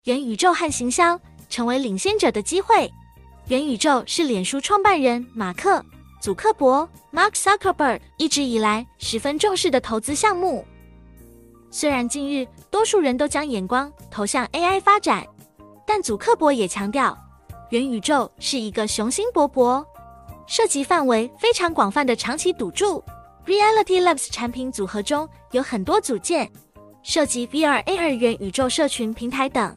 元宇宙和行销成为领先者的机会。元宇宙是脸书创办人马克·祖克伯 （Mark Zuckerberg） 一直以来十分重视的投资项目。虽然近日多数人都将眼光投向 AI 发展，但祖克伯也强调，元宇宙是一个雄心勃勃、涉及范围非常广泛的长期赌注。Reality Labs 产品组合中有很多组件，涉及 VR、AR 元宇宙社群平台等。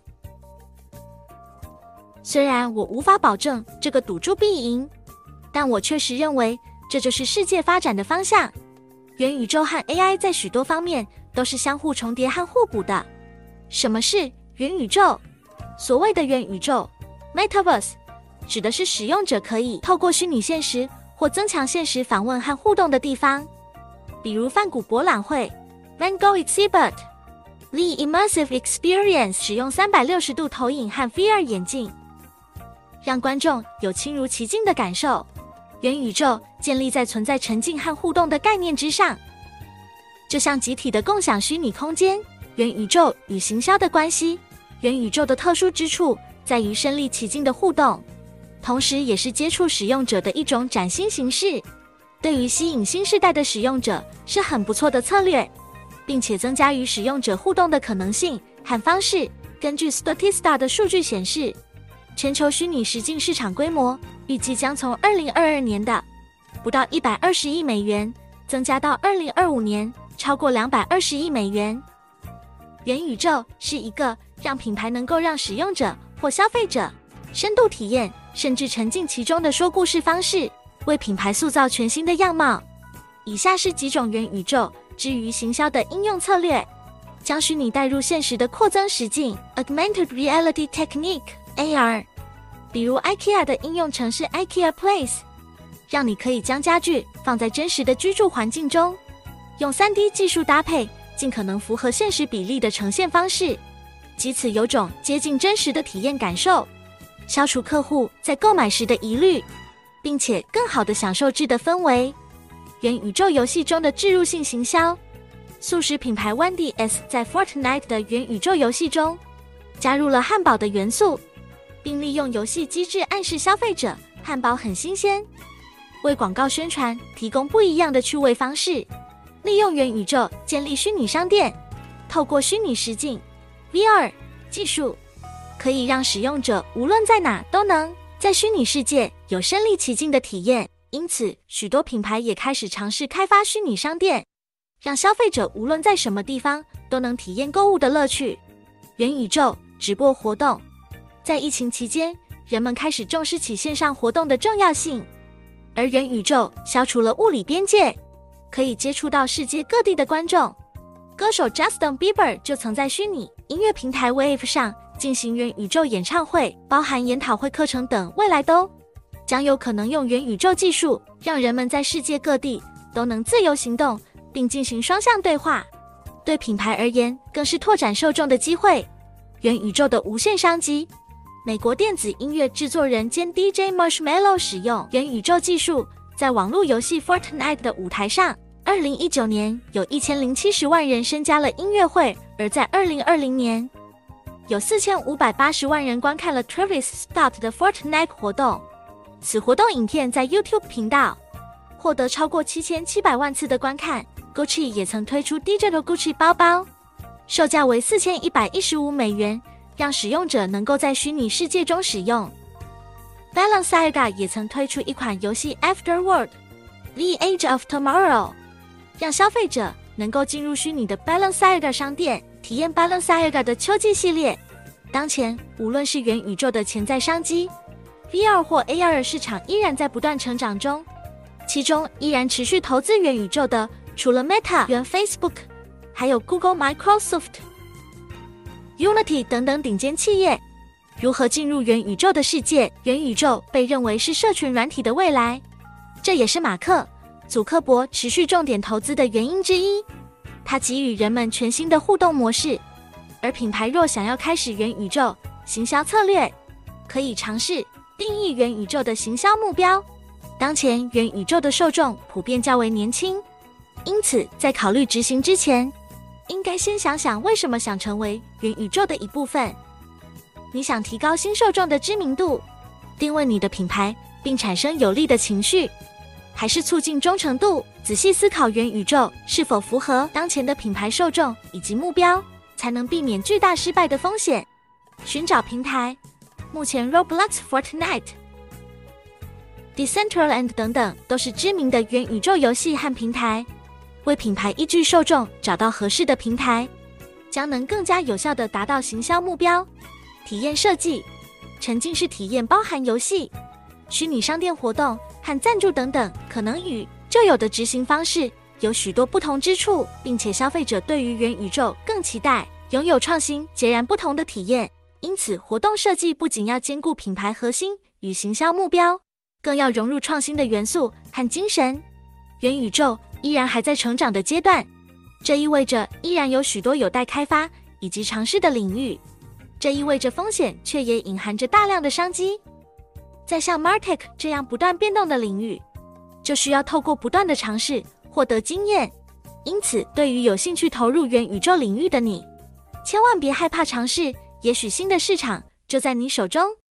虽然我无法保证这个赌注必赢，但我确实认为这就是世界发展的方向。元宇宙和 AI 在许多方面都是相互重叠和互补的。什么是元宇宙？所谓的元宇宙 Metaverse 指的是使用者可以透过虚拟现实或增强现实访问和互动的地方，比如梵谷博览会 Van Gogh Exhibit。The Immersive Experience 使用360度投影和 VR 眼镜，让观众有亲如其境的感受。元宇宙建立在存在沉浸和互动的概念之上，就像集体的共享虚拟空间。元宇宙与行销的关系，元宇宙的特殊之处在于身临其境的互动，同时也是接触使用者的一种崭新形式。对于吸引新世代的使用者是很不错的策略，并且增加与使用者互动的可能性和方式。根据 Statista 的数据显示，全球虚拟实境市场规模预计将从2022年的不到120亿美元增加到2025年超过220亿美元。元宇宙是一个让品牌能够让使用者或消费者深度体验甚至沉浸其中的说故事方式，为品牌塑造全新的样貌。以下是几种元宇宙之于行销的应用策略：将虚拟带入现实的扩增实境 Augmented Reality Technique（AR）， 比如 IKEA 的应用程式 IKEA Place， 让你可以将家具放在真实的居住环境中，用 3D 技术搭配尽可能符合现实比例的呈现方式，藉此有种接近真实的体验感受，消除客户在购买时的疑虑，并且更好地享受质的氛围。元宇宙游戏中的置入性行销，速食品牌 Wendy's 在 Fortnite 的元宇宙游戏中加入了汉堡的元素，并利用游戏机制暗示消费者汉堡很新鲜，为广告宣传提供不一样的趣味方式。利用元宇宙建立虚拟商店，透过虚拟实境 VR 技术，可以让使用者无论在哪都能在虚拟世界有身临其境的体验。因此，许多品牌也开始尝试开发虚拟商店，让消费者无论在什么地方都能体验购物的乐趣。元宇宙直播活动，在疫情期间，人们开始重视起线上活动的重要性，而元宇宙消除了物理边界，可以接触到世界各地的观众。歌手 Justin Bieber 就曾在虚拟音乐平台 Wave 上进行元宇宙演唱会，包含研讨会课程等，未来都将有可能用元宇宙技术，让人们在世界各地都能自由行动，并进行双向对话。对品牌而言，更是拓展受众的机会。元宇宙的无限商机，美国电子音乐制作人兼 DJ Marshmello 使用元宇宙技术，在网络游戏 Fortnite 的舞台上，2019年有1070万人参加了音乐会，而在2020年，有4580万人观看了 Travis Scott 的 Fortnite 活动。此活动影片在 YouTube 频道获得超过7700万次的观看。Gucci 也曾推出 Digital Gucci 包包，售价为4115美元，让使用者能够在虚拟世界中使用。Balenciaga 也曾推出一款游戏 Afterworld The Age of Tomorrow， 让消费者能够进入虚拟的 Balenciaga 商店，体验 Balenciaga 的秋季系列。当前，无论是元宇宙的潜在商机， VR 或 AR 市场依然在不断成长中，其中依然持续投资元宇宙的，除了 Meta 原 Facebook， 还有 Google、Microsoft、Unity 等等顶尖企业。如何进入元宇宙的世界？元宇宙被认为是社群软体的未来，这也是马克·祖克伯持续重点投资的原因之一。他给予人们全新的互动模式，而品牌若想要开始元宇宙行销策略，可以尝试定义元宇宙的行销目标。当前元宇宙的受众普遍较为年轻，因此在考虑执行之前，应该先想想为什么想成为元宇宙的一部分。 你想提高新受众的知名度，定位你的品牌，并产生有利的情绪，还是促进忠诚度？仔细思考元宇宙是否符合当前的品牌受众以及目标，才能避免巨大失败的风险。寻找平台，目前 Roblox、Fortnite、Decentraland 等等都是知名的元宇宙游戏和平台。为品牌依据受众找到合适的平台，将能更加有效地达到行销目标。体验设计，沉浸式体验包含游戏、虚拟商店活动和赞助等等，可能与旧有的执行方式有许多不同之处，并且消费者对于元宇宙更期待拥有创新、截然不同的体验。因此，活动设计不仅要兼顾品牌核心与行销目标，更要融入创新的元素和精神。元宇宙依然还在成长的阶段，这意味着依然有许多有待开发以及尝试的领域，这意味着风险却也隐含着大量的商机。在像 MarTech 这样不断变动的领域，就需要透过不断的尝试获得经验。因此，对于有兴趣投入元宇宙领域的你，千万别害怕尝试，也许新的市场就在你手中。